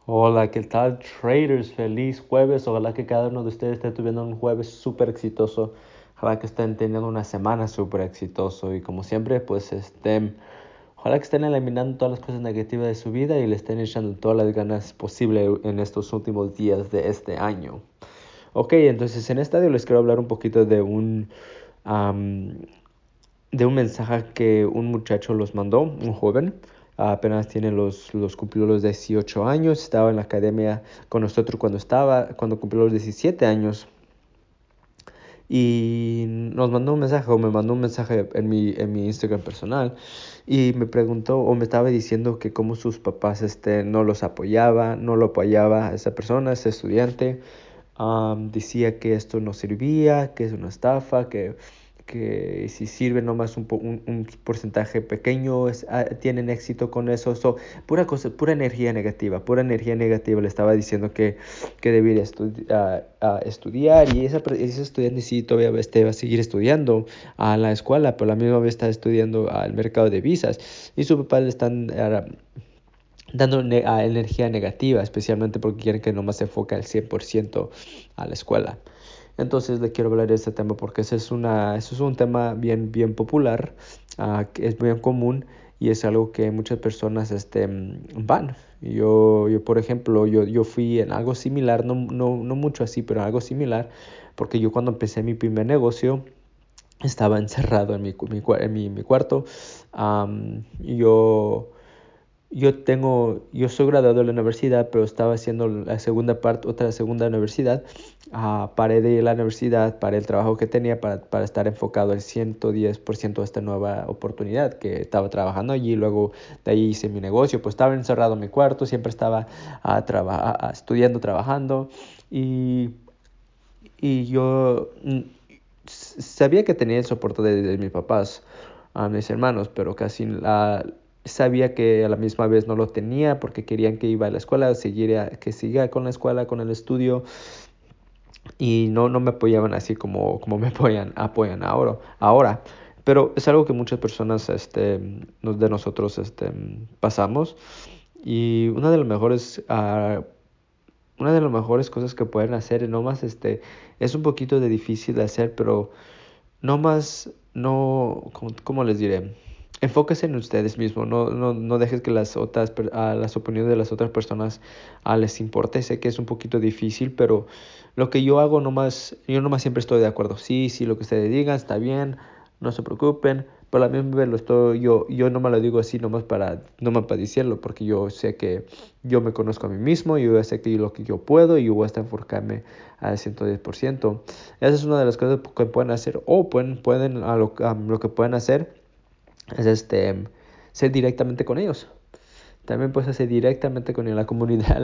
Hola, ¿qué tal, traders? Feliz jueves. Ojalá que cada uno de ustedes esté teniendo un jueves súper exitoso. Ojalá que estén teniendo una semana súper exitoso. Y como siempre, pues ojalá que estén eliminando todas las cosas negativas de su vida y le estén echando todas las ganas posibles en estos últimos días de este año. Ok, entonces en esta audio les quiero hablar un poquito am, de un mensaje que un muchacho los mandó, un joven. Apenas tiene cumplió los 18 años, estaba en la academia con nosotros cuando cumplió los 17 años. Y nos mandó un mensaje, o me mandó un mensaje en mi Instagram personal, y me preguntó, o me estaba diciendo que cómo sus papás no los apoyaba, no lo apoyaba a esa persona, ese estudiante. Decía que esto no servía, que es una estafa, que si sirve nomás un porcentaje pequeño, tienen éxito con eso. Pura cosa, pura energía negativa. Le estaba diciendo que debería estudiar, y ese estudiante sí todavía va a seguir estudiando a la escuela, pero a la misma vez está estudiando al mercado de visas, y su papá le están dando energía negativa, especialmente porque quieren que nomás se enfoque al 100% a la escuela. Entonces le quiero hablar de este tema porque eso es un tema bien, bien popular, que es bien común, y es algo que muchas personas van. Yo por ejemplo, yo fui en algo similar, no mucho así, pero algo similar, porque yo cuando empecé mi primer negocio estaba encerrado en mi cuarto. Y yo soy graduado de la universidad, pero estaba haciendo otra segunda universidad. Paré de ir a la universidad, paré el trabajo que tenía para estar enfocado al 110% a esta nueva oportunidad que estaba trabajando allí. Luego de ahí hice mi negocio, pues estaba encerrado en mi cuarto, siempre estaba estudiando, trabajando. Y yo sabía que tenía el soporte de mis papás, a mis hermanos, pero sabía que a la misma vez no lo tenía porque querían que iba a la escuela, que siga con la escuela, con el estudio, y no me apoyaban así como me apoyan ahora. Pero es algo que muchas personas de nosotros pasamos. Y una de las mejores cosas que pueden hacer, no más es un poquito de difícil de hacer, pero no más, no, ¿cómo les diré? Enfóquense en ustedes mismos, no dejes que las opiniones de las otras personas les importe. Sé que es un poquito difícil, pero lo que yo hago yo nomás siempre estoy de acuerdo. Sí, sí, lo que ustedes digan está bien, no se preocupen, pero a la misma vez yo no me lo digo así nomás para decirlo, porque yo sé que yo me conozco a mí mismo, yo sé que lo que yo puedo, y yo voy a estar enfocarme al 110%. Esa es una de las cosas que pueden hacer, o lo que pueden hacer es ser directamente con ellos. También puedes hacer directamente con la comunidad,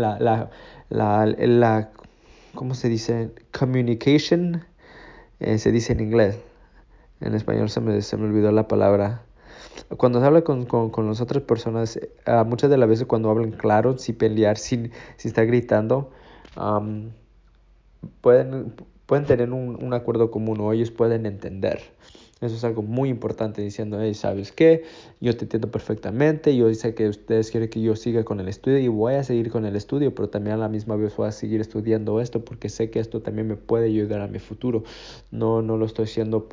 ¿cómo se dice? Communication, se dice en inglés. En español se me olvidó la palabra. Cuando se habla con las otras personas, muchas de las veces cuando hablan claro, sin pelear, sin estar gritando, um, pueden tener un acuerdo común, o ellos pueden entender. Eso es algo muy importante, diciendo, hey, ¿sabes qué? Yo te entiendo perfectamente, yo sé que ustedes quieren que yo siga con el estudio, y voy a seguir con el estudio, pero también a la misma vez voy a seguir estudiando esto porque sé que esto también me puede ayudar a mi futuro. No lo estoy haciendo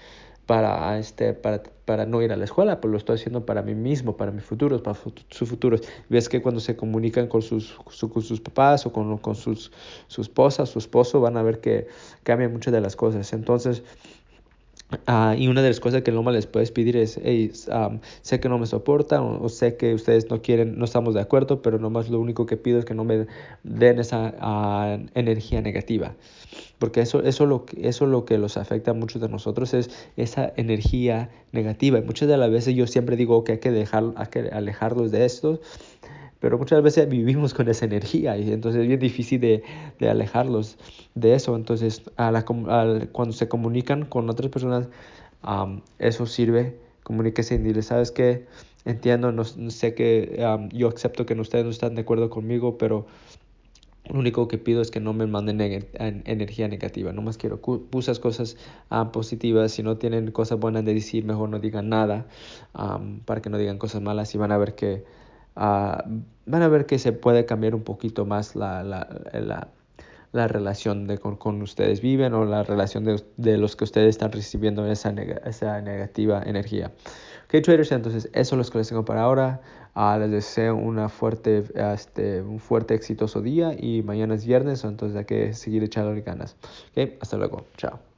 para no ir a la escuela, pero lo estoy haciendo para mí mismo, para mis futuros, para sus futuros. Ves que cuando se comunican con sus papás, o con su esposa, su esposo, van a ver que cambian muchas de las cosas. Entonces, y una de las cosas que no me les puedes pedir es, hey, sé que no me soportan, o sé que ustedes no quieren, no estamos de acuerdo, pero nomás lo único que pido es que no me den esa energía negativa. Porque eso lo que los afecta a muchos de nosotros, es esa energía negativa. Y muchas de las veces yo siempre digo que hay que alejarlos de esto, pero muchas veces vivimos con esa energía, y entonces es bien difícil de alejarlos de eso. Entonces, cuando se comunican con otras personas, eso sirve. Comuníquese y dile, ¿sabes qué? Entiendo, no sé que yo acepto que ustedes no están de acuerdo conmigo, pero lo único que pido es que no me manden energía negativa. No más quiero muchas cosas positivas. Si no tienen cosas buenas de decir, mejor no digan nada, para que no digan cosas malas, y van a ver que van a ver que se puede cambiar un poquito más la relación con ustedes viven o la relación de los que ustedes están recibiendo esa negativa energía. Ok, traders, entonces eso es lo que les tengo para ahora. Les deseo un fuerte, exitoso día y mañana es viernes, entonces hay que seguir echando ganas. Ok, hasta luego. Chao.